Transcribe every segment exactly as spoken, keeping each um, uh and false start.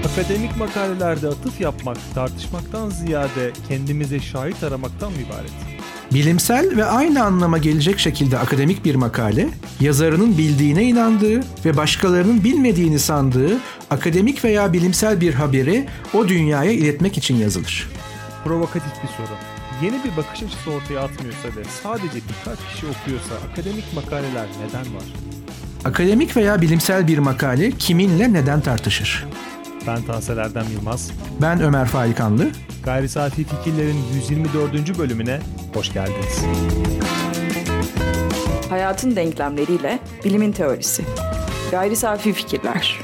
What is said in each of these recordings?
Akademik makalelerde atıf yapmak, tartışmaktan ziyade kendimize şahit aramaktan mı ibaret? Bilimsel ve aynı anlama gelecek şekilde akademik bir makale, yazarının bildiğine inandığı ve başkalarının bilmediğini sandığı akademik veya bilimsel bir haberi o dünyaya iletmek için yazılır. Provokatif bir soru. Yeni bir bakış açısı ortaya atmıyorsa ve sadece birkaç kişi okuyorsa akademik makaleler neden var? Akademik veya bilimsel bir makale kiminle neden tartışır? Ben Tansel Erdem Yılmaz. Ben Ömer Faikanlı. Gayri Safi Fikirlerin yüz yirmi dördüncü bölümüne hoş geldiniz. Hayatın denklemleriyle bilimin teorisi. Gayri Safi Fikirler.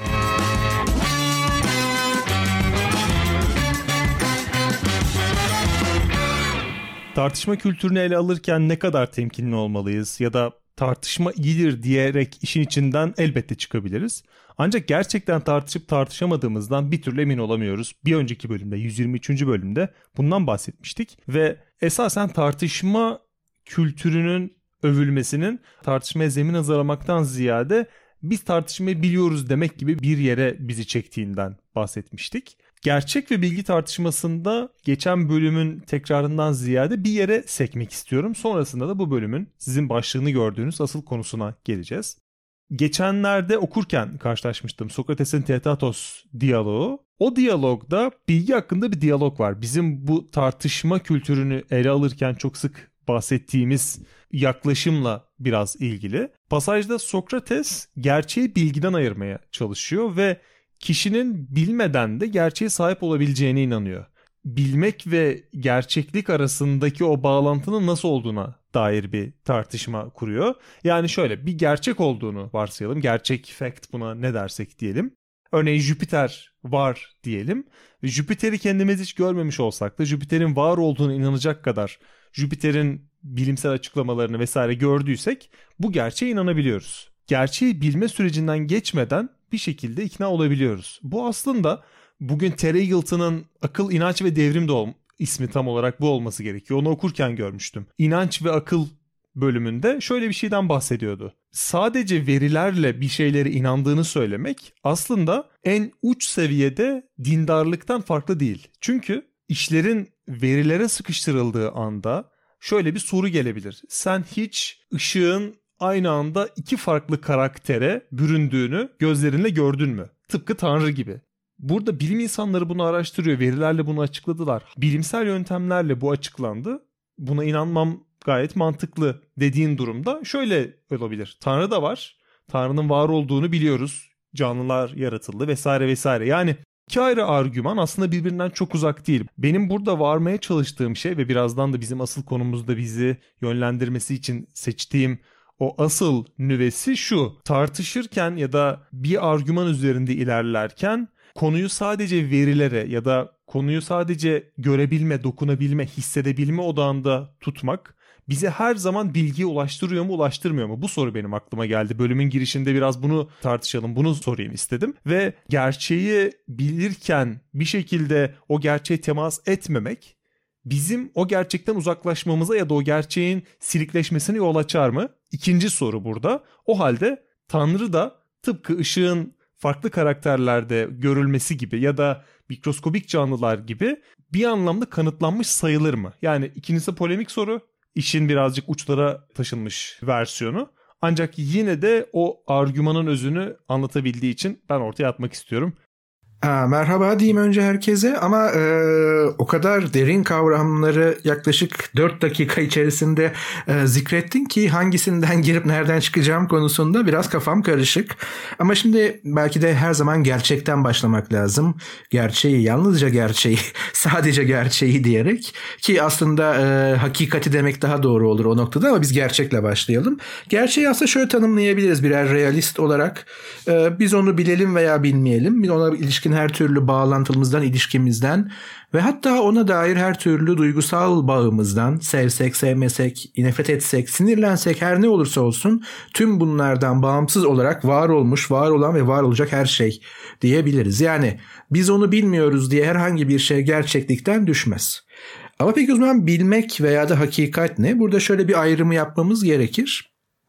Tartışma kültürünü ele alırken ne kadar temkinli olmalıyız ya da tartışma iyidir diyerek işin içinden elbette çıkabiliriz. Ancak gerçekten tartışıp tartışamadığımızdan bir türlü emin olamıyoruz. Bir önceki bölümde, yüz yirmi üçüncü bölümde bundan bahsetmiştik. Ve esasen tartışma kültürünün övülmesinin tartışmaya zemin hazırlamaktan ziyade biz tartışmayı biliyoruz demek gibi bir yere bizi çektiğinden bahsetmiştik. Gerçek ve bilgi tartışmasında geçen bölümün tekrarından ziyade bir yere sekmek istiyorum. Sonrasında da bu bölümün sizin başlığını gördüğünüz asıl konusuna geleceğiz. Geçenlerde okurken karşılaşmıştım Sokrates'in Theaetetos diyaloğu. O diyalogda bilgi hakkında bir diyalog var. Bizim bu tartışma kültürünü ele alırken çok sık bahsettiğimiz yaklaşımla biraz ilgili. Pasajda Sokrates gerçeği bilgiden ayırmaya çalışıyor ve kişinin bilmeden de gerçeğe sahip olabileceğine inanıyor. Bilmek ve gerçeklik arasındaki o bağlantının nasıl olduğuna dair bir tartışma kuruyor. Yani şöyle, bir gerçek olduğunu varsayalım. Gerçek fact, buna ne dersek diyelim. Örneğin Jüpiter var diyelim. Ve Jüpiter'i kendimiz hiç görmemiş olsak da Jüpiter'in var olduğunu inanacak kadar Jüpiter'in bilimsel açıklamalarını vesaire gördüysek bu gerçeğe inanabiliyoruz. Gerçeği bilme sürecinden geçmeden bir şekilde ikna olabiliyoruz. Bu aslında bugün Terry Eagleton'ın Akıl, İnanç ve Devrim de ol- ismi tam olarak bu olması gerekiyor. Onu okurken görmüştüm. İnanç ve Akıl bölümünde şöyle bir şeyden bahsediyordu. Sadece verilerle bir şeylere inandığını söylemek aslında en uç seviyede dindarlıktan farklı değil. Çünkü işlerin verilere sıkıştırıldığı anda şöyle bir soru gelebilir. Sen hiç ışığın aynı anda iki farklı karaktere büründüğünü gözlerinle gördün mü? Tıpkı Tanrı gibi. Burada bilim insanları bunu araştırıyor. Verilerle bunu açıkladılar. Bilimsel yöntemlerle bu açıklandı. Buna inanmam gayet mantıklı dediğin durumda şöyle olabilir. Tanrı da var. Tanrı'nın var olduğunu biliyoruz. Canlılar yaratıldı vesaire vesaire. Yani iki ayrı argüman aslında birbirinden çok uzak değil. Benim burada varmaya çalıştığım şey ve birazdan da bizim asıl konumuzda bizi yönlendirmesi için seçtiğim o asıl nüvesi şu: tartışırken ya da bir argüman üzerinde ilerlerken konuyu sadece verilere ya da konuyu sadece görebilme, dokunabilme, hissedebilme odağında tutmak bize her zaman bilgiye ulaştırıyor mu, ulaştırmıyor mu? Bu soru benim aklıma geldi. Bölümün girişinde biraz bunu tartışalım, bunu sorayım istedim. Ve gerçeği bilirken bir şekilde o gerçeğe temas etmemek bizim o gerçekten uzaklaşmamıza ya da o gerçeğin silikleşmesine yol açar mı? İkinci soru burada. O halde Tanrı da tıpkı ışığın farklı karakterlerde görülmesi gibi ya da mikroskobik canlılar gibi bir anlamda kanıtlanmış sayılır mı? Yani ikincisi polemik soru, işin birazcık uçlara taşınmış versiyonu. Ancak yine de o argümanın özünü anlatabildiği için ben ortaya atmak istiyorum. Aa, merhaba diyeyim önce herkese ama e, o kadar derin kavramları yaklaşık dört dakika içerisinde e, zikrettin ki hangisinden girip nereden çıkacağım konusunda biraz kafam karışık. Ama şimdi belki de her zaman gerçekten başlamak lazım. Gerçeği, yalnızca gerçeği, sadece gerçeği diyerek, ki aslında e, hakikati demek daha doğru olur o noktada, ama biz gerçekle başlayalım. Gerçeği aslında şöyle tanımlayabiliriz birer realist olarak. E, biz onu bilelim veya bilmeyelim. Biz ona ilişkin her türlü bağlantımızdan, ilişkimizden ve hatta ona dair her türlü duygusal bağımızdan, sevsek, sevmesek, nefret etsek, sinirlensek, her ne olursa olsun tüm bunlardan bağımsız olarak var olmuş, var olan ve var olacak her şey diyebiliriz. Yani biz onu bilmiyoruz diye herhangi bir şey gerçeklikten düşmez. Ama peki o zaman bilmek veya da hakikat ne? Burada şöyle bir ayrımı yapmamız gerekir.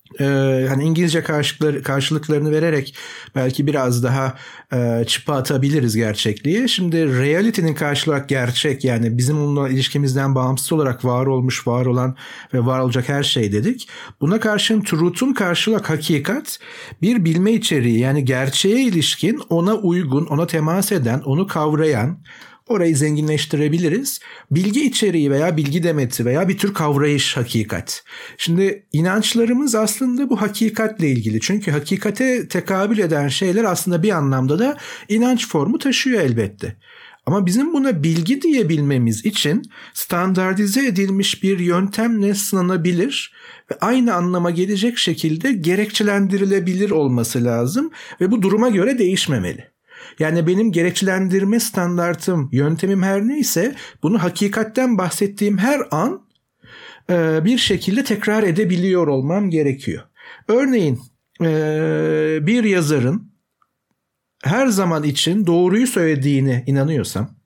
Ee, hani İngilizce karşılıkları, karşılıklarını vererek belki biraz daha e, çıpa atabiliriz gerçekliğe. Şimdi reality'nin karşılığı gerçek, yani bizim onunla ilişkimizden bağımsız olarak var olmuş, var olan ve var olacak her şey dedik. Buna karşın truth'un karşılığı hakikat, bir bilme içeriği, yani gerçeğe ilişkin ona uygun, ona temas eden, onu kavrayan, orayı zenginleştirebiliriz. Bilgi içeriği veya bilgi demeti veya bir tür kavrayış hakikat. Şimdi inançlarımız aslında bu hakikatle ilgili. Çünkü hakikate tekabül eden şeyler aslında bir anlamda da inanç formu taşıyor elbette. Ama bizim buna bilgi diyebilmemiz için standartize edilmiş bir yöntemle sınanabilir ve aynı anlama gelecek şekilde gerekçelendirilebilir olması lazım ve bu duruma göre değişmemeli. Yani benim gerekçelendirme standartım, yöntemim her neyse bunu hakikatten bahsettiğim her an e, bir şekilde tekrar edebiliyor olmam gerekiyor. Örneğin e, bir yazarın her zaman için doğruyu söylediğine inanıyorsam,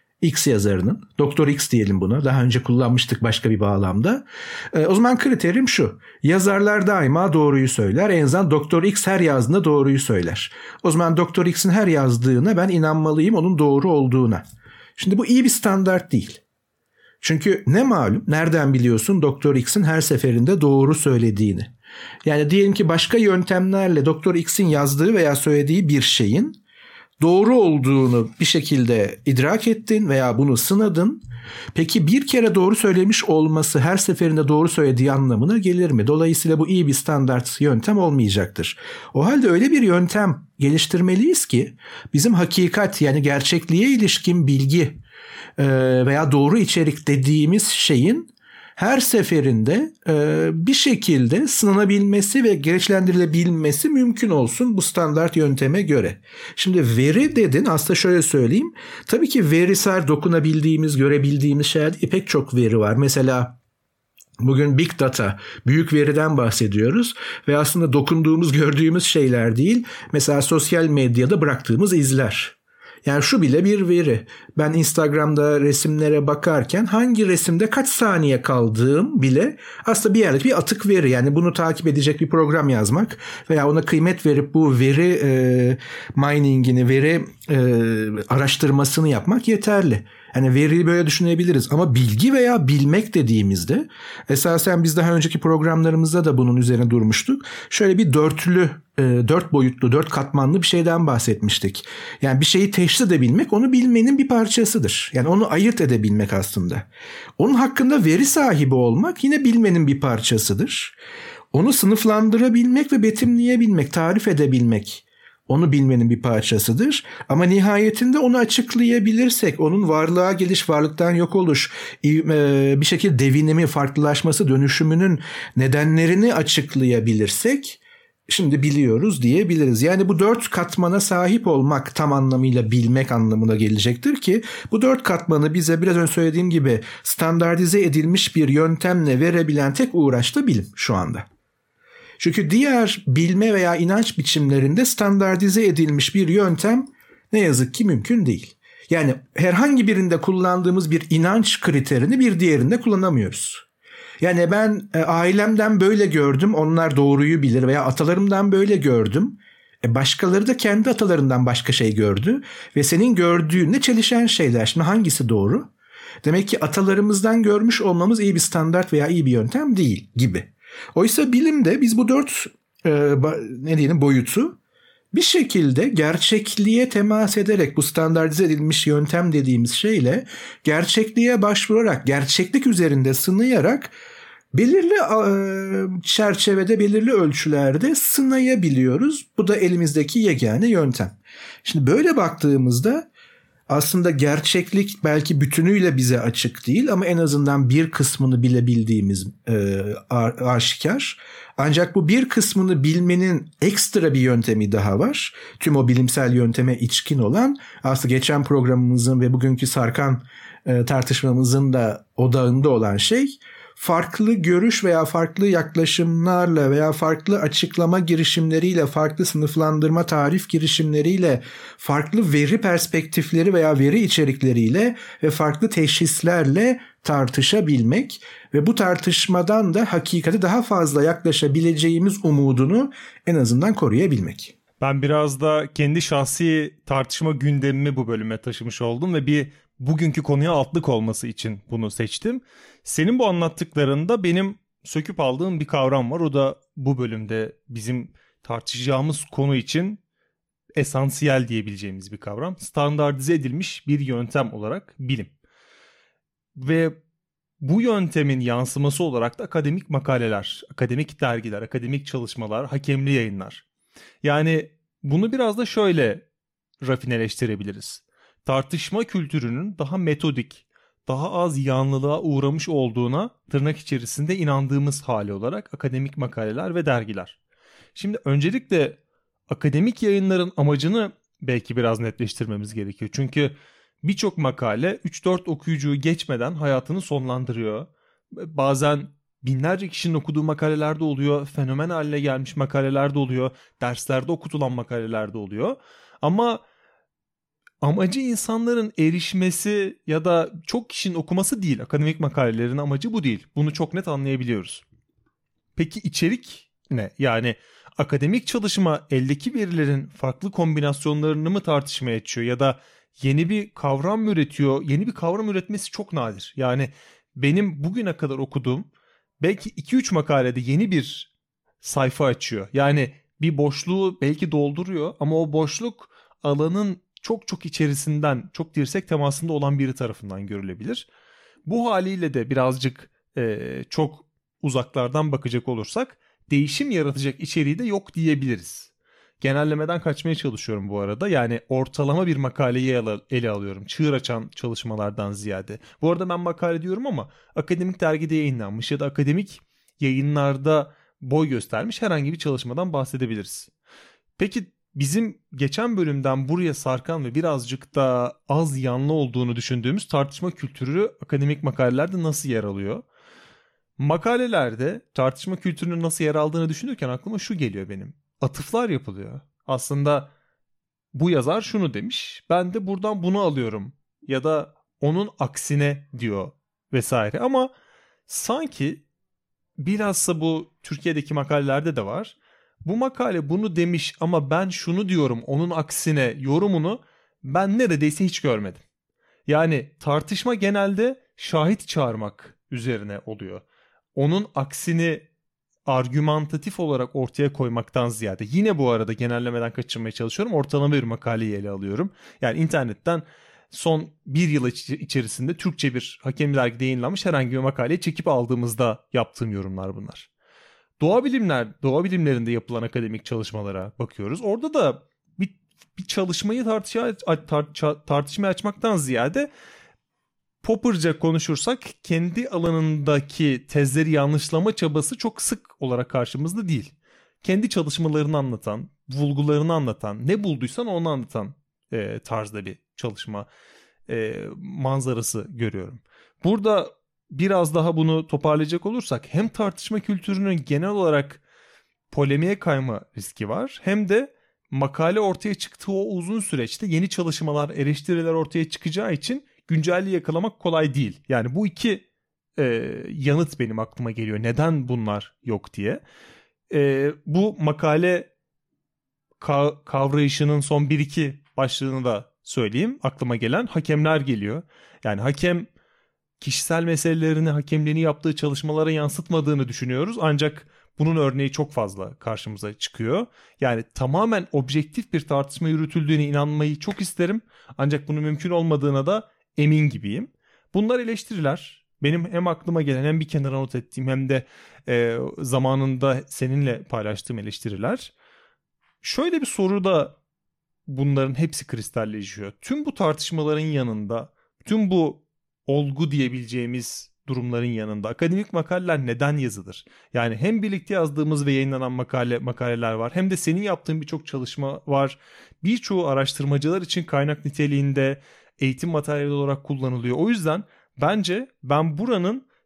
X yazarının, Doktor X diyelim buna, daha önce kullanmıştık başka bir bağlamda. E, o zaman kriterim şu: yazarlar daima doğruyu söyler. En azından Doktor X her yazdığında doğruyu söyler. O zaman Doktor X'in her yazdığına ben inanmalıyım, onun doğru olduğuna. Şimdi bu iyi bir standart değil. Çünkü ne malum, nereden biliyorsun Doktor X'in her seferinde doğru söylediğini? Yani diyelim ki başka yöntemlerle Doktor X'in yazdığı veya söylediği bir şeyin doğru olduğunu bir şekilde idrak ettin veya bunu sınadın. Peki bir kere doğru söylemiş olması her seferinde doğru söylediği anlamına gelir mi? Dolayısıyla bu iyi bir standart yöntem olmayacaktır. O halde öyle bir yöntem geliştirmeliyiz ki bizim hakikat, yani gerçekliğe ilişkin bilgi veya doğru içerik dediğimiz şeyin her seferinde e, bir şekilde sınanabilmesi ve gereçlendirilebilmesi mümkün olsun bu standart yönteme göre. Şimdi veri dedin, aslında şöyle söyleyeyim. Tabii ki verisel dokunabildiğimiz, görebildiğimiz şeyler değil, pek çok veri var. Mesela bugün big data, büyük veriden bahsediyoruz ve aslında dokunduğumuz, gördüğümüz şeyler değil. Mesela sosyal medyada bıraktığımız izler. Yani şu bile bir veri. Ben Instagram'da resimlere bakarken hangi resimde kaç saniye kaldığım bile aslında bir yerde bir atık veri. Yani bunu takip edecek bir program yazmak veya ona kıymet verip bu veri e, miningini, veri e, araştırmasını yapmak yeterli. Yani veriyi böyle düşünebiliriz ama bilgi veya bilmek dediğimizde esasen biz daha önceki programlarımızda da bunun üzerine durmuştuk. Şöyle bir dörtlü, dört boyutlu, dört katmanlı bir şeyden bahsetmiştik. Yani bir şeyi teşhis edebilmek onu bilmenin bir parçasıdır. Yani onu ayırt edebilmek aslında. Onun hakkında veri sahibi olmak yine bilmenin bir parçasıdır. Onu sınıflandırabilmek ve betimleyebilmek, tarif edebilmek onu bilmenin bir parçasıdır. Ama nihayetinde onu açıklayabilirsek, onun varlığa geliş, varlıktan yok oluş, bir şekilde devinimi, farklılaşması, dönüşümünün nedenlerini açıklayabilirsek, şimdi biliyoruz diyebiliriz. Yani bu dört katmana sahip olmak tam anlamıyla bilmek anlamına gelecektir ki bu dört katmanı bize biraz önce söylediğim gibi standartize edilmiş bir yöntemle verebilen tek uğraş da bilim şu anda. Çünkü diğer bilme veya inanç biçimlerinde standartize edilmiş bir yöntem ne yazık ki mümkün değil. Yani herhangi birinde kullandığımız bir inanç kriterini bir diğerinde kullanamıyoruz. Yani ben e, ailemden böyle gördüm, onlar doğruyu bilir veya atalarımdan böyle gördüm. E, başkaları da kendi atalarından başka şey gördü ve senin gördüğünle çelişen şeyler. Şimdi hangisi doğru? Demek ki atalarımızdan görmüş olmamız iyi bir standart veya iyi bir yöntem değil gibi. Oysa bilimde biz bu dört e, ne diyelim boyutu bir şekilde gerçekliğe temas ederek bu standartize edilmiş yöntem dediğimiz şeyle gerçekliğe başvurarak, gerçeklik üzerinde sınayarak belirli e, çerçevede, belirli ölçülerde sınayabiliyoruz. Bu da elimizdeki yegane yöntem. Şimdi böyle baktığımızda aslında gerçeklik belki bütünüyle bize açık değil ama en azından bir kısmını bilebildiğimiz e, aşikar. Ancak bu bir kısmını bilmenin ekstra bir yöntemi daha var. Tüm o bilimsel yönteme içkin olan, aslında geçen programımızın ve bugünkü sarkan e, tartışmamızın da odağında olan şey farklı görüş veya farklı yaklaşımlarla veya farklı açıklama girişimleriyle, farklı sınıflandırma tarif girişimleriyle, farklı veri perspektifleri veya veri içerikleriyle ve farklı teşhislerle tartışabilmek ve bu tartışmadan da hakikate daha fazla yaklaşabileceğimiz umudunu en azından koruyabilmek. Ben biraz da kendi şahsi tartışma gündemimi bu bölüme taşımış oldum ve bir bugünkü konuya altlık olması için bunu seçtim. Senin bu anlattıklarında benim söküp aldığım bir kavram var. O da bu bölümde bizim tartışacağımız konu için esansiyel diyebileceğimiz bir kavram. Standartize edilmiş bir yöntem olarak bilim. Ve bu yöntemin yansıması olarak da akademik makaleler, akademik dergiler, akademik çalışmalar, hakemli yayınlar. Yani bunu biraz da şöyle rafineleştirebiliriz. Tartışma kültürünün daha metodik, daha az yanlılığa uğramış olduğuna tırnak içerisinde inandığımız hali olarak akademik makaleler ve dergiler. Şimdi öncelikle akademik yayınların amacını belki biraz netleştirmemiz gerekiyor. Çünkü birçok makale üç dört okuyucuyu geçmeden hayatını sonlandırıyor. Bazen binlerce kişinin okuduğu makaleler de oluyor, fenomen haline gelmiş makaleler de oluyor, derslerde okutulan makaleler de oluyor. Ama amacı insanların erişmesi ya da çok kişinin okuması değil. Akademik makalelerin amacı bu değil. Bunu çok net anlayabiliyoruz. Peki içerik ne? Yani akademik çalışma eldeki verilerin farklı kombinasyonlarını mı tartışmaya açıyor ya da yeni bir kavram mı üretiyor? Yeni bir kavram üretmesi çok nadir. Yani benim bugüne kadar okuduğum belki iki üç makalede yeni bir sayfa açıyor. Yani bir boşluğu belki dolduruyor ama o boşluk alanın çok çok içerisinden, çok dirsek temasında olan biri tarafından görülebilir. Bu haliyle de birazcık e, çok uzaklardan bakacak olursak değişim yaratacak içeriği de yok diyebiliriz. Genellemeden kaçmaya çalışıyorum bu arada. Yani ortalama bir makaleyi ele alıyorum. Çığır açan çalışmalardan ziyade. Bu arada ben makale diyorum ama akademik dergide yayınlanmış ya da akademik yayınlarda boy göstermiş herhangi bir çalışmadan bahsedebiliriz. Peki bizim geçen bölümden buraya sarkan ve birazcık da az yanlı olduğunu düşündüğümüz tartışma kültürü akademik makalelerde nasıl yer alıyor? Makalelerde tartışma kültürünün nasıl yer aldığını düşünürken aklıma şu geliyor benim. Atıflar yapılıyor. Aslında bu yazar şunu demiş, ben de buradan bunu alıyorum ya da onun aksine diyor vesaire. Ama sanki bilhassa bu Türkiye'deki makalelerde de var. Bu makale bunu demiş ama ben şunu diyorum onun aksine yorumunu ben neredeyse hiç görmedim. Yani tartışma genelde şahit çağırmak üzerine oluyor. Onun aksini argümantatif olarak ortaya koymaktan ziyade, yine bu arada genellemeden kaçırmaya çalışıyorum, ortalama bir makaleyi ele alıyorum. Yani internetten son bir yıl içerisinde Türkçe bir hakemli dergide yayınlanmış herhangi bir makaleyi çekip aldığımızda yaptığım yorumlar bunlar. Doğa bilimler, doğa bilimlerinde yapılan akademik çalışmalara bakıyoruz. Orada da bir, bir çalışmayı tartışmaya, tartışmaya açmaktan ziyade Popper'ca konuşursak kendi alanındaki tezleri yanlışlama çabası çok sık olarak karşımızda değil. Kendi çalışmalarını anlatan, bulgularını anlatan, ne bulduysan onu anlatan e, tarzda bir çalışma e, manzarası görüyorum. Burada biraz daha bunu toparlayacak olursak hem tartışma kültürünün genel olarak polemiğe kayma riski var, hem de makale ortaya çıktığı o uzun süreçte yeni çalışmalar, eleştiriler ortaya çıkacağı için güncelliği yakalamak kolay değil. Yani bu iki e, yanıt benim aklıma geliyor. Neden bunlar yok diye. E, bu makale ka- kavrayışının son bir iki başlığını da söyleyeyim. Aklıma gelen hakemler geliyor. Yani hakem kişisel meselelerini, hakemliğini yaptığı çalışmalara yansıtmadığını düşünüyoruz. Ancak bunun örneği çok fazla karşımıza çıkıyor. Yani tamamen objektif bir tartışma yürütüldüğüne inanmayı çok isterim. Ancak bunun mümkün olmadığına da emin gibiyim. Bunlar eleştiriler. Benim hem aklıma gelen hem bir kenara not ettiğim hem de e, zamanında seninle paylaştığım eleştiriler. Şöyle bir soru da bunların hepsi kristalleşiyor. Tüm bu tartışmaların yanında, tüm bu olgu diyebileceğimiz durumların yanında akademik makaleler neden yazılır? Yani hem birlikte yazdığımız ve yayınlanan makale makaleler var, hem de senin yaptığın birçok çalışma var. Birçoğu araştırmacılar için kaynak niteliğinde eğitim materyali olarak kullanılıyor. O yüzden bence ben buranın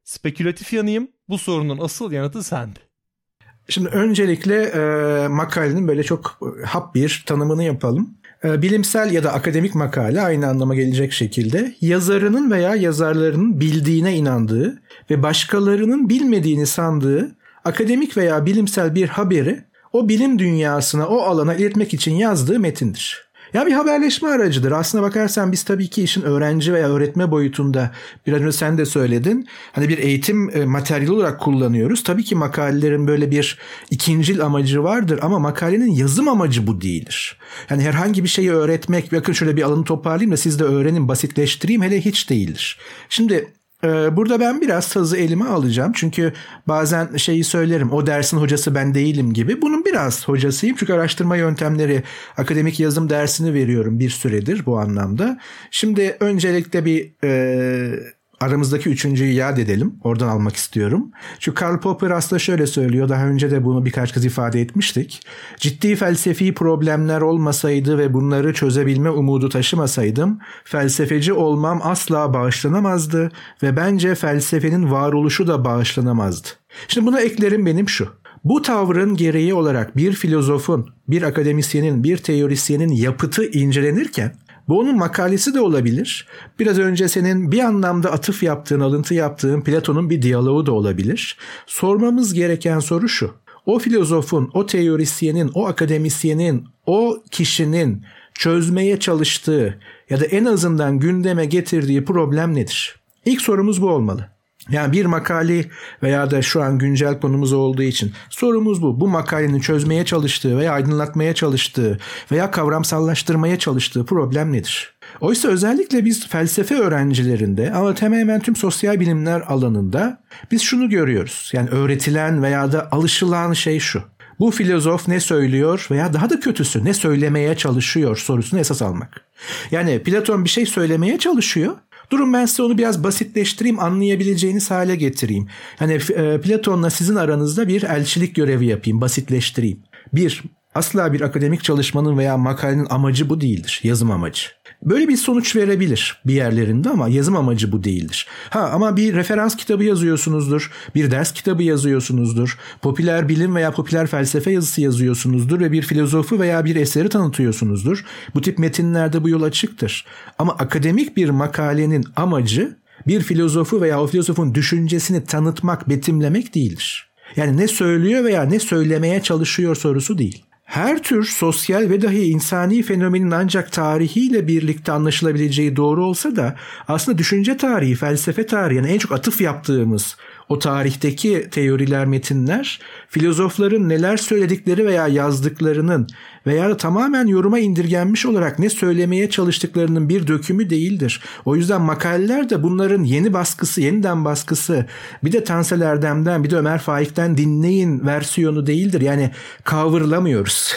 spekülatif yanıyım. Bu sorunun asıl yanıtı sende. Şimdi öncelikle e, makalenin böyle çok hap bir tanımını yapalım. E, bilimsel ya da akademik makale aynı anlama gelecek şekilde yazarının veya yazarlarının bildiğine inandığı ve başkalarının bilmediğini sandığı akademik veya bilimsel bir haberi o bilim dünyasına, o alana iletmek için yazdığı metindir. Ya bir haberleşme aracıdır. Aslına bakarsan biz tabii ki işin öğrenci veya öğretme boyutunda, biraz önce sen de söyledin, hani bir eğitim materyali olarak kullanıyoruz. Tabii ki makalelerin böyle bir ikincil amacı vardır ama makalenin yazım amacı bu değildir. Yani herhangi bir şeyi öğretmek, bakın şöyle bir alanı toparlayayım da siz de öğrenin, basitleştireyim, hele hiç değildir. Şimdi burada ben biraz sazı elime alacağım. Çünkü bazen şeyi söylerim, o dersin hocası ben değilim gibi. Bunun biraz hocasıyım. Çünkü araştırma yöntemleri, akademik yazım dersini veriyorum bir süredir bu anlamda. Şimdi öncelikle bir e, aramızdaki üçüncüyü yad edelim. Oradan almak istiyorum. Çünkü Karl Popper aslında şöyle söylüyor. Daha önce de bunu birkaç kez ifade etmiştik. Ciddi felsefi problemler olmasaydı ve bunları çözebilme umudu taşımasaydım, felsefeci olmam asla bağışlanamazdı ve bence felsefenin varoluşu da bağışlanamazdı. Şimdi buna eklerim benim şu. Bu tavrın gereği olarak bir filozofun, bir akademisyenin, bir teorisyenin yapıtı incelenirken, bu onun makalesi de olabilir. Biraz önce senin bir anlamda atıf yaptığın, alıntı yaptığın Platon'un bir diyaloğu da olabilir. Sormamız gereken soru şu. O filozofun, o teorisyenin, o akademisyenin, o kişinin çözmeye çalıştığı ya da en azından gündeme getirdiği problem nedir? İlk sorumuz bu olmalı. Yani bir makale veya da şu an güncel konumuz olduğu için sorumuz bu. Bu makalenin çözmeye çalıştığı veya aydınlatmaya çalıştığı veya kavramsallaştırmaya çalıştığı problem nedir? Oysa özellikle biz felsefe öğrencilerinde ama tamamen tüm sosyal bilimler alanında biz şunu görüyoruz. Yani öğretilen veya da alışılan şey şu. Bu filozof ne söylüyor veya daha da kötüsü ne söylemeye çalışıyor sorusunu esas almak. Yani Platon bir şey söylemeye çalışıyor. Durun ben size onu biraz basitleştireyim, anlayabileceğiniz hale getireyim. Hani Platon'la sizin aranızda bir elçilik görevi yapayım, basitleştireyim. Bir, asla bir akademik çalışmanın veya makalenin amacı bu değildir, yazım amacı. Böyle bir sonuç verebilir bir yerlerinde ama yazım amacı bu değildir. Ha ama bir referans kitabı yazıyorsunuzdur, bir ders kitabı yazıyorsunuzdur, popüler bilim veya popüler felsefe yazısı yazıyorsunuzdur ve bir filozofu veya bir eseri tanıtıyorsunuzdur. Bu tip metinlerde bu yol açıktır. Ama akademik bir makalenin amacı bir filozofu veya o filozofun düşüncesini tanıtmak, betimlemek değildir. Yani ne söylüyor veya ne söylemeye çalışıyor sorusu değil. Her tür sosyal ve dahi insani fenomenin ancak tarihiyle birlikte anlaşılabileceği doğru olsa da aslında düşünce tarihi, felsefe tarihi, yani en çok atıf yaptığımız o tarihteki teoriler, metinler, filozofların neler söyledikleri veya yazdıklarının veya da tamamen yoruma indirgenmiş olarak ne söylemeye çalıştıklarının bir dökümü değildir. O yüzden makaleler de bunların yeni baskısı, yeniden baskısı, bir de Tansel Erdem'den, bir de Ömer Faik'ten dinleyin versiyonu değildir. Yani kavırlamıyoruz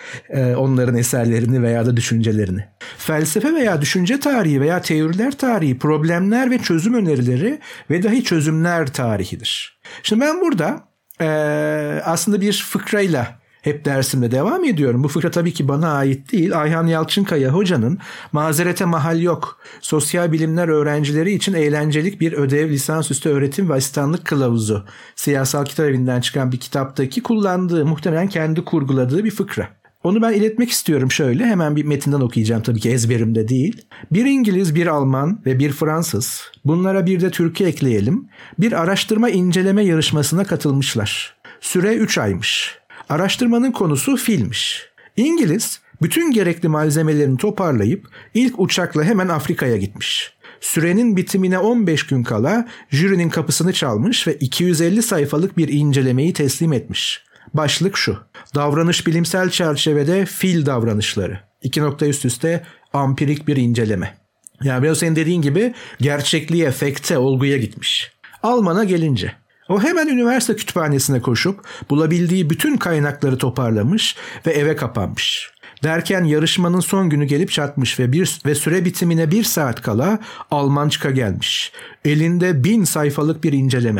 onların eserlerini veya da düşüncelerini. Felsefe veya düşünce tarihi veya teoriler tarihi, problemler ve çözüm önerileri ve dahi çözümler tarihidir. Şimdi ben burada e, aslında bir fıkrayla hep dersimde devam ediyorum. Bu fıkra tabii ki bana ait değil. Ayhan Yalçınkaya hocanın Mazerete Mahal Yok, sosyal bilimler öğrencileri için eğlencelik bir ödev, lisansüstü öğretim ve asistanlık kılavuzu, Siyasal Kitap Evi'nden çıkan bir kitaptaki kullandığı, muhtemelen kendi kurguladığı bir fıkra. Onu ben iletmek istiyorum şöyle. Hemen bir metinden okuyacağım, tabii ki ezberimde değil. Bir İngiliz, bir Alman ve bir Fransız, bunlara bir de Türk'ü ekleyelim, bir araştırma inceleme yarışmasına katılmışlar. Süre üç aymış. Araştırmanın konusu filmiş. İngiliz bütün gerekli malzemelerini toparlayıp ilk uçakla hemen Afrika'ya gitmiş. Sürenin bitimine on beş gün kala jürinin kapısını çalmış ve iki yüz elli sayfalık bir incelemeyi teslim etmiş. Başlık şu: davranış bilimsel çerçevede fil davranışları. İki nokta üst üste ampirik bir inceleme. Yani biraz senin dediğin gibi gerçekliğe, efekte, olguya gitmiş. Alman'a gelince, o hemen üniversite kütüphanesine koşup bulabildiği bütün kaynakları toparlamış ve eve kapanmış. Derken yarışmanın son günü gelip çatmış ve bir ve süre bitimine bir saat kala Almançka gelmiş. Elinde bin sayfalık bir inceleme.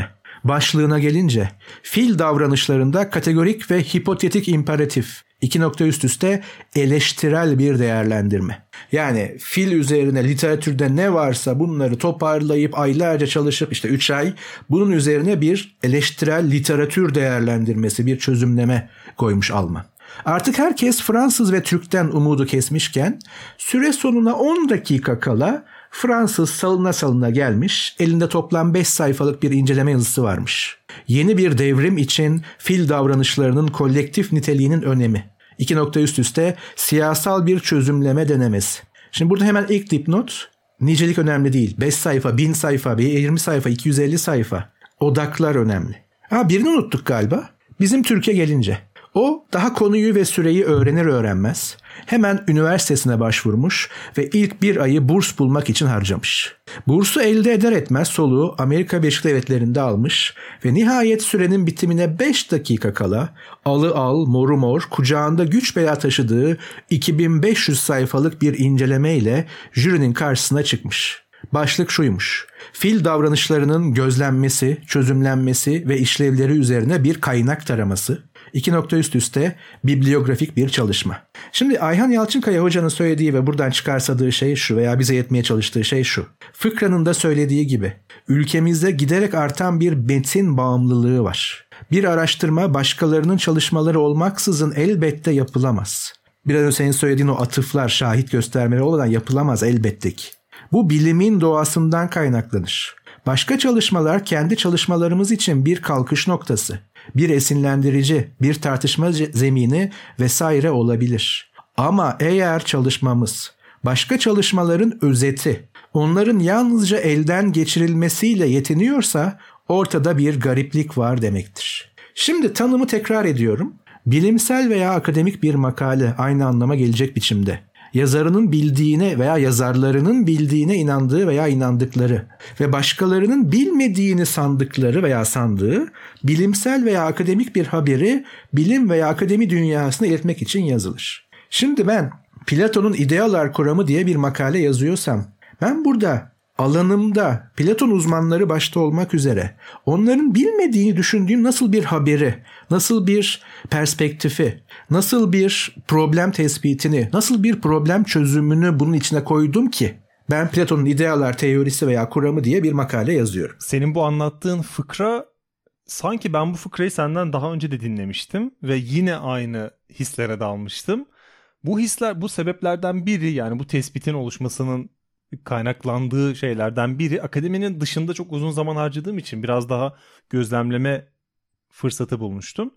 Başlığına gelince, fiil davranışlarında kategorik ve hipotetik imperatif, iki nokta üst üste eleştirel bir değerlendirme. Yani fiil üzerine literatürde ne varsa bunları toparlayıp aylarca çalışıp işte üç ay bunun üzerine bir eleştirel literatür değerlendirmesi, bir çözümleme koymuş Alman. Artık herkes Fransız ve Türk'ten umudu kesmişken süre sonuna on dakika kala Fransız salına salına gelmiş, elinde toplam beş sayfalık bir inceleme yazısı varmış. Yeni bir devrim için fiil davranışlarının kolektif niteliğinin önemi. İki nokta üst üste siyasal bir çözümleme denemesi. Şimdi burada hemen ilk dipnot, nicelik önemli değil. beş sayfa, bin sayfa, yirmi sayfa, iki yüz elli sayfa. Odaklar önemli. Ha, birini unuttuk galiba. Bizim Türkiye gelince. O daha konuyu ve süreyi öğrenir öğrenmez hemen üniversitesine başvurmuş ve ilk bir ayı burs bulmak için harcamış. Bursu elde eder etmez soluğu Amerika Birleşik Devletleri'nde almış ve nihayet sürenin bitimine beş dakika kala alı al moru mor kucağında güç bela taşıdığı iki bin beş yüz sayfalık bir inceleme ile jürinin karşısına çıkmış. Başlık şuymuş: fiil davranışlarının gözlenmesi, çözümlenmesi ve işlevleri üzerine bir kaynak taraması. İki nokta üst üste bibliografik bir çalışma. Şimdi Ayhan Yalçınkaya hocanın söylediği ve buradan çıkarsadığı şey şu veya bize yetmeye çalıştığı şey şu. Fıkra'nın da söylediği gibi ülkemizde giderek artan bir metin bağımlılığı var. Bir araştırma başkalarının çalışmaları olmaksızın elbette yapılamaz. Biraz önce senin söylediğin o atıflar, şahit göstermeleri olmadan yapılamaz elbette ki. Bu bilimin doğasından kaynaklanır. Başka çalışmalar kendi çalışmalarımız için bir kalkış noktası, bir esinlendirici, bir tartışma zemini vesaire olabilir. Ama eğer çalışmamız başka çalışmaların özeti, onların yalnızca elden geçirilmesiyle yetiniyorsa ortada bir gariplik var demektir. Şimdi tanımı tekrar ediyorum. Bilimsel veya akademik bir makale aynı anlama gelecek biçimde. Yazarının bildiğine veya yazarlarının bildiğine inandığı veya inandıkları ve başkalarının bilmediğini sandıkları veya sandığı bilimsel veya akademik bir haberi bilim veya akademi dünyasına iletmek için yazılır. Şimdi ben Platon'un İdealar Kuramı diye bir makale yazıyorsam, ben burada alanımda Platon uzmanları başta olmak üzere onların bilmediğini düşündüğüm nasıl bir haberi, nasıl bir perspektifi, nasıl bir problem tespitini, nasıl bir problem çözümünü bunun içine koydum ki ben Platon'un İdealar Teorisi veya Kuramı diye bir makale yazıyorum. Senin bu anlattığın fıkra, sanki ben bu fıkrayı senden daha önce de dinlemiştim ve yine aynı hislere dalmıştım. Bu hisler, bu sebeplerden biri, yani bu tespitin oluşmasının kaynaklandığı şeylerden biri, akademinin dışında çok uzun zaman harcadığım için biraz daha gözlemleme fırsatı bulmuştum.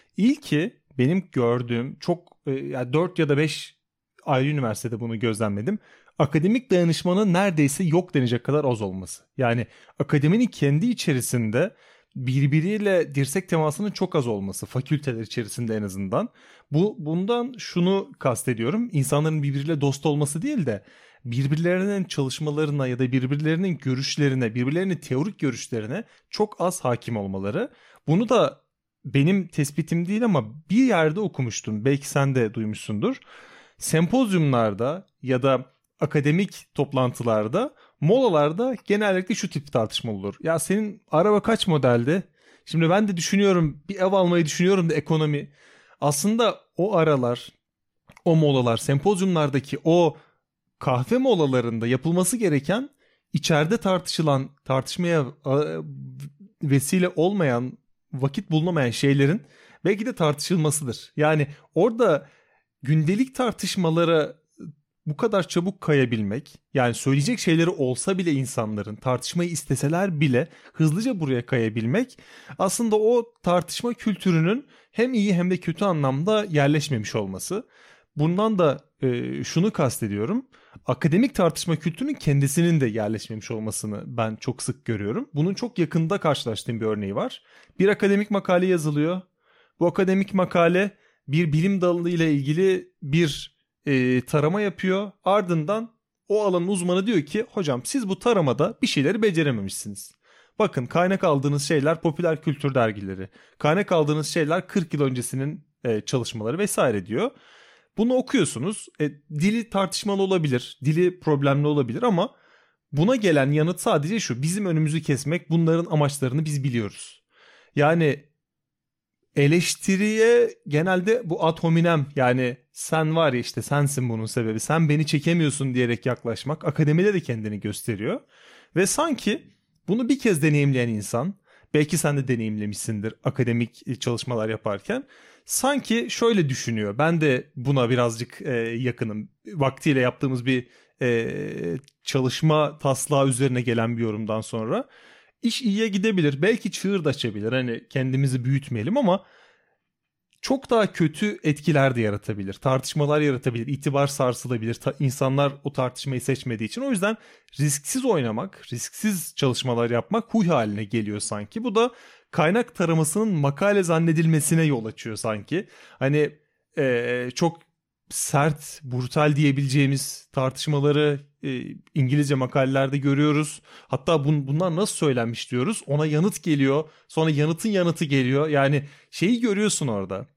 İlki benim gördüğüm çok yani dört ya da beş ayrı üniversitede bunu gözlemledim. Akademik dayanışmanın neredeyse yok denecek kadar az olması. Yani akademinin kendi içerisinde birbiriyle dirsek temasının çok az olması, fakülteler içerisinde en azından. Bu bundan şunu kastediyorum. İnsanların birbiriyle dost olması değil de birbirlerinin çalışmalarına ya da birbirlerinin görüşlerine, birbirlerinin teorik görüşlerine çok az hakim olmaları. Bunu da benim tespitim değil ama bir yerde okumuştum. Belki sen de duymuşsundur. Sempozyumlarda ya da akademik toplantılarda, molalarda genellikle şu tip tartışma olur. Ya senin araba kaç modeldi? Şimdi ben de düşünüyorum, bir ev almayı düşünüyorum da ekonomi. Aslında o aralar, o molalar, sempozyumlardaki o kahve molalarında yapılması gereken, içeride tartışılan, tartışmaya vesile olmayan, vakit bulunamayan şeylerin belki de tartışılmasıdır. Yani orada gündelik tartışmalara bu kadar çabuk kayabilmek, yani söyleyecek şeyleri olsa bile insanların, tartışmayı isteseler bile hızlıca buraya kayabilmek, aslında o tartışma kültürünün hem iyi hem de kötü anlamda yerleşmemiş olması. Bundan da e, şunu kastediyorum. Akademik tartışma kültürünün kendisinin de yerleşmemiş olmasını ben çok sık görüyorum. Bunun çok yakında karşılaştığım bir örneği var. Bir akademik makale yazılıyor. Bu akademik makale bir bilim dalı ile ilgili bir e, tarama yapıyor. Ardından o alanın uzmanı diyor ki, hocam siz bu taramada bir şeyleri becerememişsiniz. Bakın, kaynak aldığınız şeyler popüler kültür dergileri. Kaynak aldığınız şeyler kırk yıl öncesinin e, çalışmaları vesaire diyor. Bunu okuyorsunuz. E, dili tartışmalı olabilir, dili problemli olabilir ama buna gelen yanıt sadece şu: bizim önümüzü kesmek, bunların amaçlarını biz biliyoruz. Yani eleştiriye genelde bu ad hominem, yani sen var ya işte sensin bunun sebebi, sen beni çekemiyorsun diyerek yaklaşmak akademide de kendini gösteriyor. Ve sanki bunu bir kez deneyimleyen insan, belki sen de deneyimlemişsindir akademik çalışmalar yaparken, sanki şöyle düşünüyor. Ben de buna birazcık e, yakınım. Vaktiyle yaptığımız bir e, çalışma taslağı üzerine gelen bir yorumdan sonra iş iyiye gidebilir. Belki çığır da açabilir. Hani kendimizi büyütmeyelim ama çok daha kötü etkiler de yaratabilir. Tartışmalar yaratabilir. İtibar sarsılabilir. Ta- insanlar o tartışmayı seçmediği için. O yüzden risksiz oynamak, risksiz çalışmalar yapmak huy haline geliyor sanki. Bu da kaynak taramasının makale zannedilmesine yol açıyor sanki. Hani ee, çok sert, brutal diyebileceğimiz tartışmaları e, İngilizce makalelerde görüyoruz. Hatta bun, bunlar nasıl söylenmiş diyoruz. Ona yanıt geliyor. Sonra yanıtın yanıtı geliyor. Yani şeyi görüyorsun orada.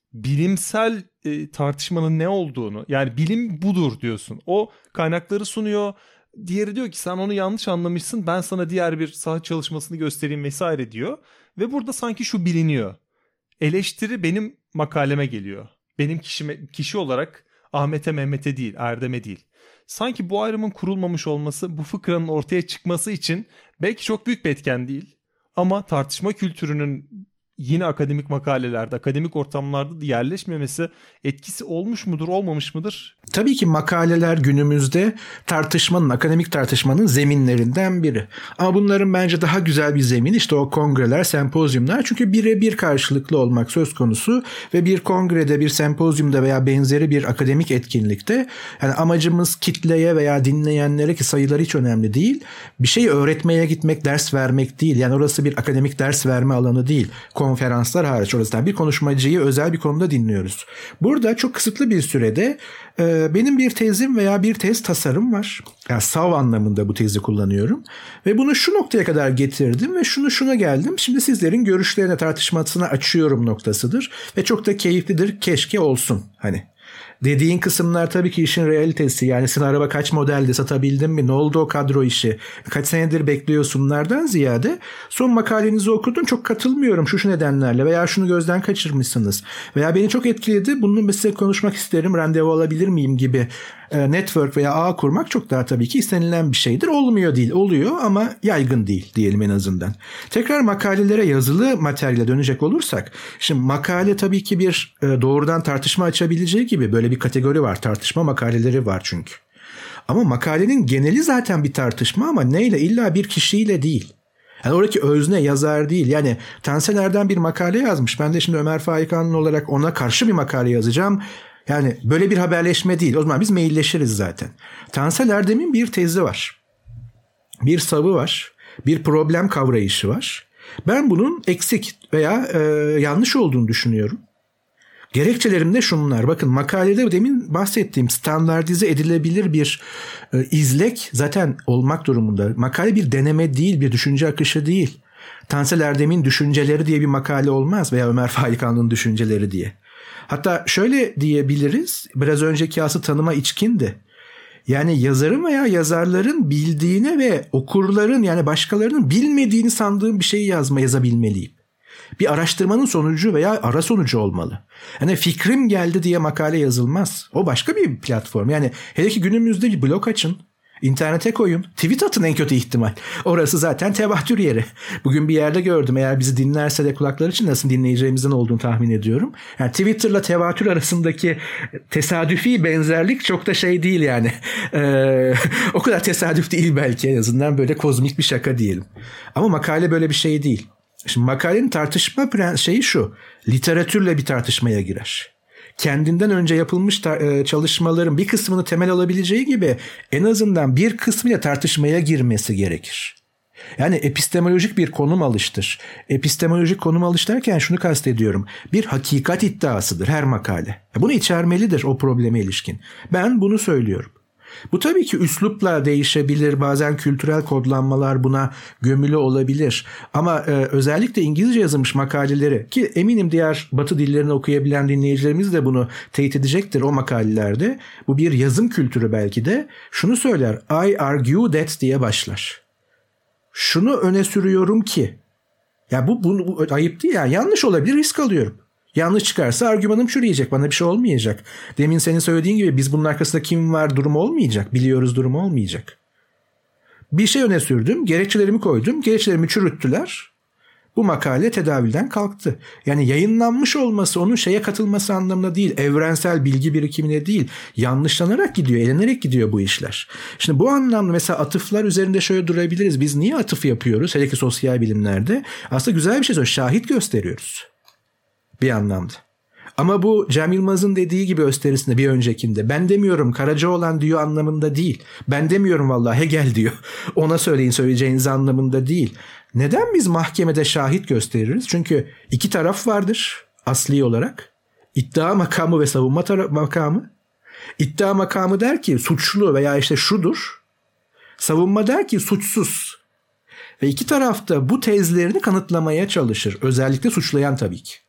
Bilimsel e, tartışmanın ne olduğunu, yani bilim budur diyorsun. O kaynakları sunuyor. Diğeri diyor ki sen onu yanlış anlamışsın. Ben sana diğer bir saha çalışmasını göstereyim vesaire diyor. Ve burada sanki şu biliniyor. Eleştiri benim makaleme geliyor. Benim kişime, kişi olarak Ahmet'e, Mehmet'e değil, Erdem'e değil. Sanki bu ayrımın kurulmamış olması, bu fıkranın ortaya çıkması için belki çok büyük bir etken değil. Ama tartışma kültürünün yine akademik makalelerde, akademik ortamlarda da yerleşmemesi etkisi olmuş mudur, olmamış mıdır? Tabii ki makaleler günümüzde tartışmanın, akademik tartışmanın zeminlerinden biri. Ama bunların bence daha güzel bir zemin işte o kongreler, sempozyumlar. Çünkü birebir karşılıklı olmak söz konusu ve bir kongrede, bir sempozyumda veya benzeri bir akademik etkinlikte yani amacımız kitleye veya dinleyenlere, ki sayıları hiç önemli değil, bir şey öğretmeye gitmek, ders vermek değil. Yani orası bir akademik ders verme alanı değil. Konferanslar hariç orasından bir konuşmacıyı özel bir konuda dinliyoruz. Burada çok kısıtlı bir sürede e, benim bir tezim veya bir tez tasarım var. Yani sav anlamında bu tezi kullanıyorum. Ve bunu şu noktaya kadar getirdim ve şunu şuna geldim. Şimdi sizlerin görüşlerine, tartışmasına açıyorum noktasıdır. Ve çok da keyiflidir. Keşke olsun hani. Dediğin kısımlar tabii ki işin realitesi. Yani sen araba kaç modelde, satabildin mi? Ne oldu o kadro işi? Kaç senedir bekliyorsunlardan ziyade son makalenizi okudum, çok katılmıyorum şu şu nedenlerle veya şunu gözden kaçırmışsınız. Veya beni çok etkiledi, bununla size konuşmak isterim, randevu alabilir miyim gibi network veya ağ kurmak çok daha tabii ki istenilen bir şeydir. Olmuyor değil, oluyor ama yaygın değil diyelim en azından. Tekrar makalelere, yazılı materyale dönecek olursak, şimdi makale tabii ki bir doğrudan tartışma açabileceği gibi böyle bir kategori var. Tartışma makaleleri var çünkü. Ama makalenin geneli zaten bir tartışma ama neyle? İlla bir kişiyle değil. Yani oradaki özne yazar değil. Yani Tansel Erdem bir makale yazmış. Ben de şimdi Ömer Faik Anlı olarak ona karşı bir makale yazacağım. Yani böyle bir haberleşme değil. O zaman biz mailleşiriz zaten. Tansel Erdem'in bir tezi var. Bir savı var. Bir problem kavrayışı var. Ben bunun eksik veya e, yanlış olduğunu düşünüyorum. Gerekçelerim de şunlar. Bakın makalede demin bahsettiğim standartize edilebilir bir e, izlek zaten olmak durumunda. Makale bir deneme değil, bir düşünce akışı değil. Tansel Erdem'in düşünceleri diye bir makale olmaz veya Ömer Faik Anlı'nın düşünceleri diye. Hatta şöyle diyebiliriz, biraz önceki ası tanıma içkindi. Yani yazarın veya yazarların bildiğine ve okurların yani başkalarının bilmediğini sandığım bir şeyi yazma yazabilmeliyim. Bir araştırmanın sonucu veya ara sonucu olmalı. Yani fikrim geldi diye makale yazılmaz. O başka bir platform. Yani hele ki günümüzde bir blog açın. İnternete koyun. Tweet atın en kötü ihtimal. Orası zaten tevatür yeri. Bugün bir yerde gördüm. Eğer bizi dinlerse de kulakları için nasıl dinleyeceğimizin olduğunu tahmin ediyorum. Yani Twitter'la tevatür arasındaki tesadüfi benzerlik çok da şey değil yani. Ee, o kadar tesadüf değil belki, en azından böyle kozmik bir şaka diyelim. Ama makale böyle bir şey değil. Şimdi makalenin tartışma şeyi şu. Literatürle bir tartışmaya girer. Kendinden önce yapılmış tar- çalışmaların bir kısmını temel alabileceği gibi en azından bir kısmıyla tartışmaya girmesi gerekir. Yani epistemolojik bir konum alıştır. Epistemolojik konum alış derken şunu kastediyorum. Bir hakikat iddiasıdır her makale. Bunu içermelidir o probleme ilişkin. Ben bunu söylüyorum. Bu tabii ki üslupla değişebilir. Bazen kültürel kodlanmalar buna gömülü olabilir. Ama e, özellikle İngilizce yazılmış makaleleri, ki eminim diğer Batı dillerini okuyabilen dinleyicilerimiz de bunu teyit edecektir o makalelerde. Bu bir yazım kültürü belki de. Şunu söyler. I argue that diye başlar. Şunu öne sürüyorum ki. Ya bu, bu, bu ayıp değil yani. Yanlış olabilir, risk alıyorum. Yanlış çıkarsa argümanım çürüyecek. Bana bir şey olmayacak. Demin senin söylediğin gibi biz bunun arkasında kim var durumu olmayacak. Biliyoruz durumu olmayacak. Bir şey öne sürdüm. Gerekçelerimi koydum. Gerekçelerimi çürüttüler. Bu makale tedavülden kalktı. Yani yayınlanmış olması onun şeye katılması anlamına değil. Evrensel bilgi birikimine değil. Yanlışlanarak gidiyor, elenerek gidiyor bu işler. Şimdi bu anlamda mesela atıflar üzerinde şöyle durabiliriz. Biz niye atıf yapıyoruz? Hele ki sosyal bilimlerde. Aslında güzel bir şey söylüyor. Şahit gösteriyoruz. Bir anlamda. Ama bu Cem Yılmaz'ın dediği gibi gösterisinde bir öncekinde ben demiyorum Karacaoğlan diyor anlamında değil. Ben demiyorum vallahi Hegel diyor. Ona söyleyin söyleyeceğiniz anlamında değil. Neden biz mahkemede şahit gösteririz? Çünkü iki taraf vardır asli olarak. İddia makamı ve savunma tara- makamı. İddia makamı der ki suçlu veya işte şudur. Savunma der ki suçsuz. Ve iki taraf da bu tezlerini kanıtlamaya çalışır. Özellikle suçlayan tabii ki.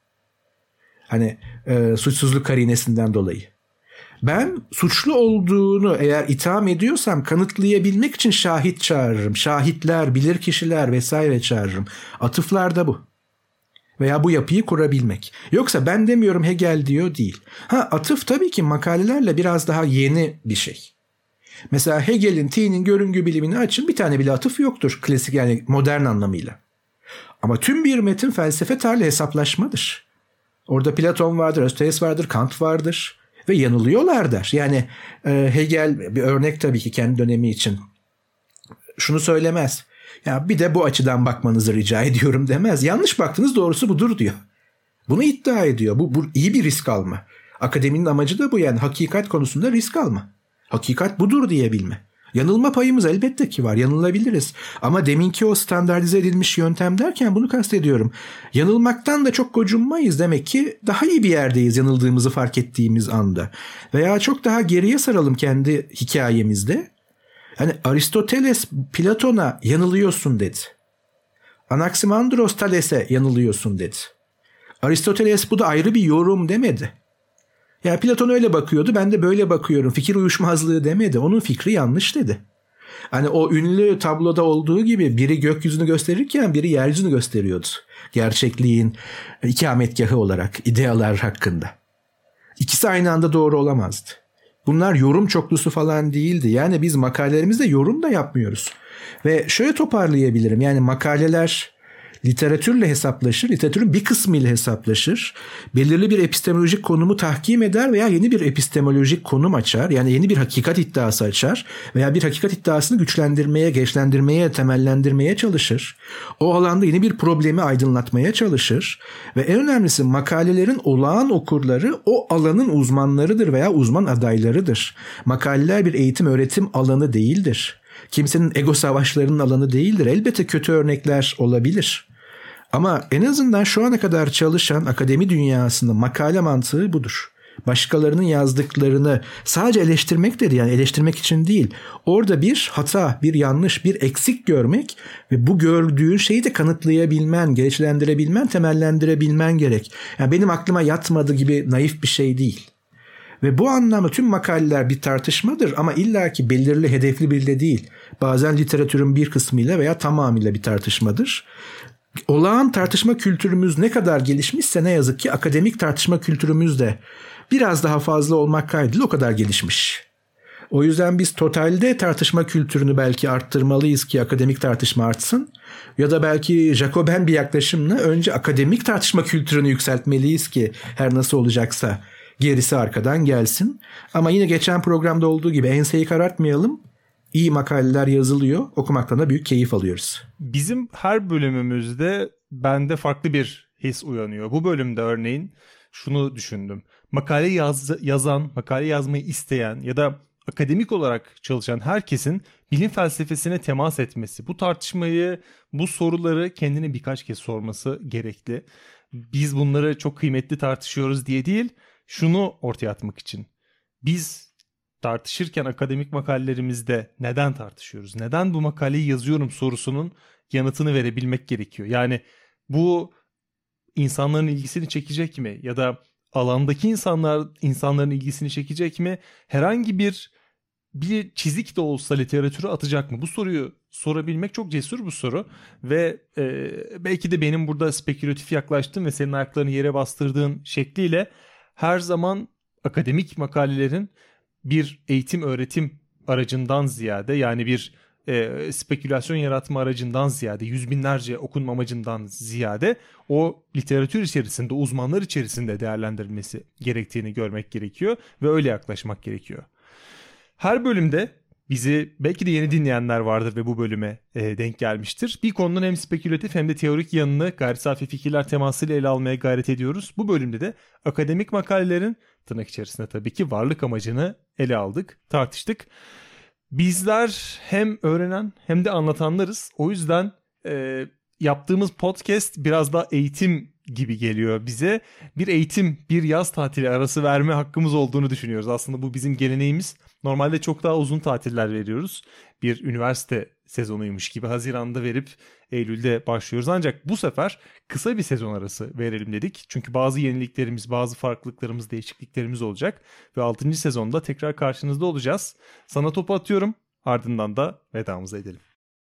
Hani e, suçsuzluk karinesinden dolayı. Ben suçlu olduğunu eğer itham ediyorsam kanıtlayabilmek için şahit çağırırım. Şahitler, bilirkişiler vesaire çağırırım. Atıflar da bu. Veya bu yapıyı kurabilmek. Yoksa ben demiyorum Hegel diyor değil. Ha atıf tabii ki makalelerle biraz daha yeni bir şey. Mesela Hegel'in T'nin görüngü bilimini açın bir tane bile atıf yoktur. Klasik yani modern anlamıyla. Ama tüm bir metin felsefe tarihli hesaplaşmadır. Orada Platon vardır, Aristoteles vardır, Kant vardır ve yanılıyorlar der. Yani e, Hegel bir örnek tabii ki kendi dönemi için. Şunu söylemez. Ya bir de bu açıdan bakmanızı rica ediyorum demez. Yanlış baktınız doğrusu budur diyor. Bunu iddia ediyor. Bu, bu iyi bir risk alma. Akademinin amacı da bu yani hakikat konusunda risk alma. Hakikat budur diyebilme. Yanılma payımız elbette ki var. Yanılabiliriz. Ama deminki o standartize edilmiş yöntem derken bunu kastediyorum. Yanılmaktan da çok gocunmayız. Demek ki daha iyi bir yerdeyiz yanıldığımızı fark ettiğimiz anda. Veya çok daha geriye saralım kendi hikayemizde. Hani Aristoteles Platon'a yanılıyorsun dedi. Anaximandros Thales'e yanılıyorsun dedi. Aristoteles bu da ayrı bir yorum demedi. Ya Platon öyle bakıyordu, ben de böyle bakıyorum. Fikir uyuşmazlığı demedi. Onun fikri yanlış dedi. Hani o ünlü tabloda olduğu gibi biri gökyüzünü gösterirken biri yeryüzünü gösteriyordu. Gerçekliğin ikametgahı olarak, idealar hakkında. İkisi aynı anda doğru olamazdı. Bunlar yorum çoklusu falan değildi. Yani biz makalelerimizde yorum da yapmıyoruz. Ve şöyle toparlayabilirim. Yani makaleler literatürle hesaplaşır, literatürün bir kısmıyla hesaplaşır, belirli bir epistemolojik konumu tahkim eder veya yeni bir epistemolojik konum açar, yani yeni bir hakikat iddiası açar veya bir hakikat iddiasını güçlendirmeye, gençlendirmeye, temellendirmeye çalışır. O alanda yeni bir problemi aydınlatmaya çalışır ve en önemlisi makalelerin olağan okurları o alanın uzmanlarıdır veya uzman adaylarıdır. Makaleler bir eğitim öğretim alanı değildir. Kimsenin ego savaşlarının alanı değildir. Elbette kötü örnekler olabilir. Ama en azından şu ana kadar çalışan akademi dünyasında makale mantığı budur. Başkalarının yazdıklarını sadece eleştirmek dedi, yani eleştirmek için değil. Orada bir hata, bir yanlış, bir eksik görmek ve bu gördüğün şeyi de kanıtlayabilmen, gereçlendirebilmen, temellendirebilmen gerek. Yani benim aklıma yatmadı gibi naif bir şey değil. Ve bu anlamda tüm makaleler bir tartışmadır ama illaki belirli hedefli bile değil. Bazen literatürün bir kısmıyla veya tamamıyla bir tartışmadır. Olağan tartışma kültürümüz ne kadar gelişmişse ne yazık ki akademik tartışma kültürümüz de biraz daha fazla olmak kaydıyla o kadar gelişmiş. O yüzden biz totalde tartışma kültürünü belki arttırmalıyız ki akademik tartışma artsın. Ya da belki Jacoben bir yaklaşımla önce akademik tartışma kültürünü yükseltmeliyiz ki her nasıl olacaksa gerisi arkadan gelsin. Ama yine geçen programda olduğu gibi enseyi karartmayalım. İyi makaleler yazılıyor. Okumaktan da büyük keyif alıyoruz. Bizim her bölümümüzde bende farklı bir his uyanıyor. Bu bölümde örneğin şunu düşündüm. Makale yaz, yazan, makale yazmayı isteyen ya da akademik olarak çalışan herkesin bilim felsefesine temas etmesi, bu tartışmayı, bu soruları kendine birkaç kez sorması gerekli. Biz bunları çok kıymetli tartışıyoruz diye değil, şunu ortaya atmak için. Biz tartışırken akademik makalelerimizde neden tartışıyoruz? Neden bu makaleyi yazıyorum sorusunun yanıtını verebilmek gerekiyor. Yani bu insanların ilgisini çekecek mi? Ya da alandaki insanlar insanların ilgisini çekecek mi? Herhangi bir bir çizik de olsa literatüre atacak mı? Bu soruyu sorabilmek çok cesur bir soru ve e, belki de benim burada spekülatif yaklaştığım ve senin ayaklarını yere bastırdığın şekliyle her zaman akademik makalelerin bir eğitim öğretim aracından ziyade, yani bir e, spekülasyon yaratma aracından ziyade, yüz binlerce okunma amacından ziyade o literatür içerisinde, uzmanlar içerisinde değerlendirilmesi gerektiğini görmek gerekiyor ve öyle yaklaşmak gerekiyor. Her bölümde bizi belki de yeni dinleyenler vardır ve bu bölüme e, denk gelmiştir. Bir konunun hem spekülatif hem de teorik yanını gayri safi fikirler temasıyla ele almaya gayret ediyoruz. Bu bölümde de akademik makalelerin tırnak içerisinde tabii ki varlık amacını ele aldık, tartıştık. Bizler hem öğrenen hem de anlatanlarız. O yüzden e, yaptığımız podcast biraz daha eğitim gibi geliyor bize. Bir eğitim, bir yaz tatili arası verme hakkımız olduğunu düşünüyoruz. Aslında bu bizim geleneğimiz. Normalde çok daha uzun tatiller veriyoruz. Bir üniversite sezonuymuş gibi Haziran'da verip Eylül'de başlıyoruz. Ancak bu sefer kısa bir sezon arası verelim dedik. Çünkü bazı yeniliklerimiz, bazı farklılıklarımız, değişikliklerimiz olacak. Ve altıncı sezonda tekrar karşınızda olacağız. Sana topu atıyorum. Ardından da vedamızı edelim.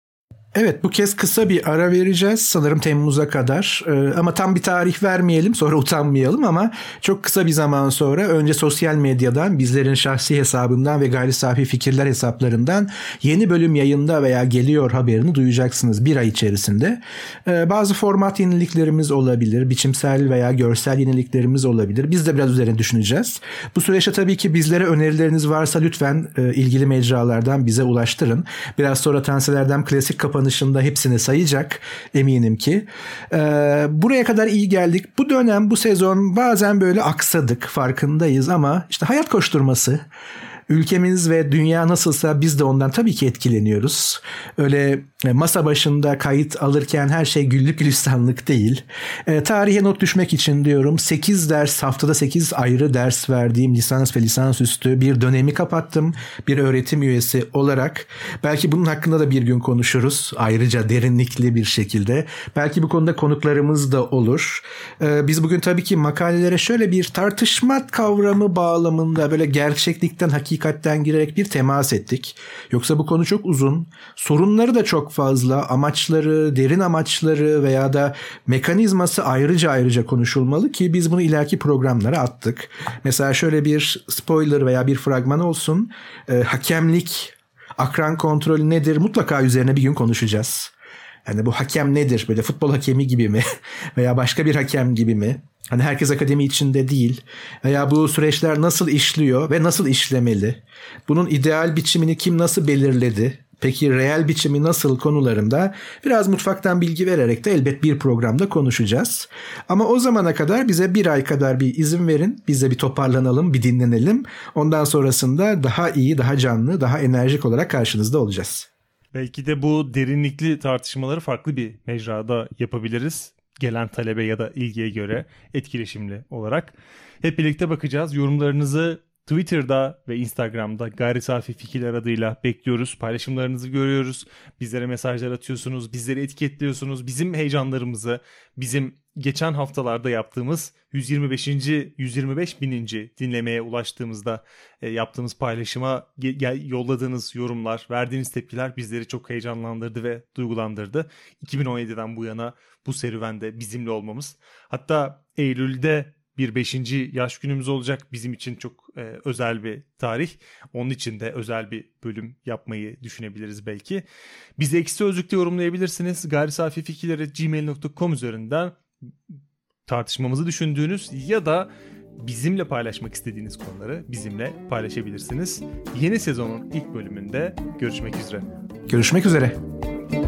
Evet, bu kez kısa bir ara vereceğiz sanırım Temmuz'a kadar ee, ama tam bir tarih vermeyelim, sonra utanmayalım, ama çok kısa bir zaman sonra önce sosyal medyadan, bizlerin şahsi hesabından ve gayri safi fikirler hesaplarından yeni bölüm yayında veya geliyor haberini duyacaksınız bir ay içerisinde. Ee, bazı format yeniliklerimiz olabilir, biçimsel veya görsel yeniliklerimiz olabilir. Biz de biraz üzerine düşüneceğiz. Bu süreçte tabii ki bizlere önerileriniz varsa lütfen e, ilgili mecralardan bize ulaştırın. Biraz sonra Tansel Erdem klasik kapanışında hepsini sayacak eminim ki. Ee, buraya kadar iyi geldik. Bu dönem, bu sezon bazen böyle aksadık, farkındayız, ama işte hayat koşturması. Ülkemiz ve dünya nasılsa biz de ondan tabii ki etkileniyoruz. Öyle masa başında kayıt alırken her şey güllük gülistanlık değil. E, tarihe not düşmek için diyorum, sekiz ders, haftada sekiz ayrı ders verdiğim lisans ve lisansüstü bir dönemi kapattım. Bir öğretim üyesi olarak. Belki bunun hakkında da bir gün konuşuruz. Ayrıca derinlikli bir şekilde. Belki bu konuda konuklarımız da olur. E, biz bugün tabii ki makalelere şöyle bir tartışma kavramı bağlamında böyle gerçeklikten, hakikatten girerek bir temas ettik. Yoksa bu konu çok uzun. Sorunları da çok fazla. Amaçları, derin amaçları veya da mekanizması ayrıca ayrıca konuşulmalı ki biz bunu ileriki programlara attık. Mesela şöyle bir spoiler veya bir fragman olsun. E, hakemlik, akran kontrolü nedir? Mutlaka üzerine bir gün konuşacağız. Yani bu hakem nedir? Böyle futbol hakemi gibi mi? Veya başka bir hakem gibi mi? Hani herkes akademi içinde değil. Veya bu süreçler nasıl işliyor ve nasıl işlemeli? Bunun ideal biçimini kim nasıl belirledi? Peki reel biçimi nasıl konularında biraz mutfaktan bilgi vererek de elbet bir programda konuşacağız. Ama o zamana kadar bize bir ay kadar bir izin verin. Biz de bir toparlanalım, bir dinlenelim. Ondan sonrasında daha iyi, daha canlı, daha enerjik olarak karşınızda olacağız. Belki de bu derinlikli tartışmaları farklı bir mecrada yapabiliriz. Gelen talebe ya da ilgiye göre etkileşimli olarak. Hep birlikte bakacağız. Yorumlarınızı Twitter'da ve Instagram'da Gayri Safi Fikirler adıyla bekliyoruz. Paylaşımlarınızı görüyoruz. Bizlere mesajlar atıyorsunuz. Bizleri etiketliyorsunuz. Bizim heyecanlarımızı, bizim geçen haftalarda yaptığımız yüz yirmi beşinci yüz yirmi beş bininci dinlemeye ulaştığımızda e, yaptığımız paylaşıma ge- yolladığınız yorumlar, verdiğiniz tepkiler bizleri çok heyecanlandırdı ve duygulandırdı. iki bin on yediden bu yana bu serüvende bizimle olmamız. Hatta Eylül'de bir beşinci yaş günümüz olacak. Bizim için çok e, özel bir tarih. Onun için de özel bir bölüm yapmayı düşünebiliriz belki. Bizi Ekşi Sözlük'te yorumlayabilirsiniz. gayri safi fikirler at gmail nokta com üzerinden tartışmamızı düşündüğünüz ya da bizimle paylaşmak istediğiniz konuları bizimle paylaşabilirsiniz. Yeni sezonun ilk bölümünde görüşmek üzere. Görüşmek üzere.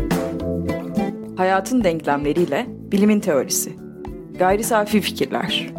Hayatın denklemleriyle bilimin teorisi. Gayri safi fikirler.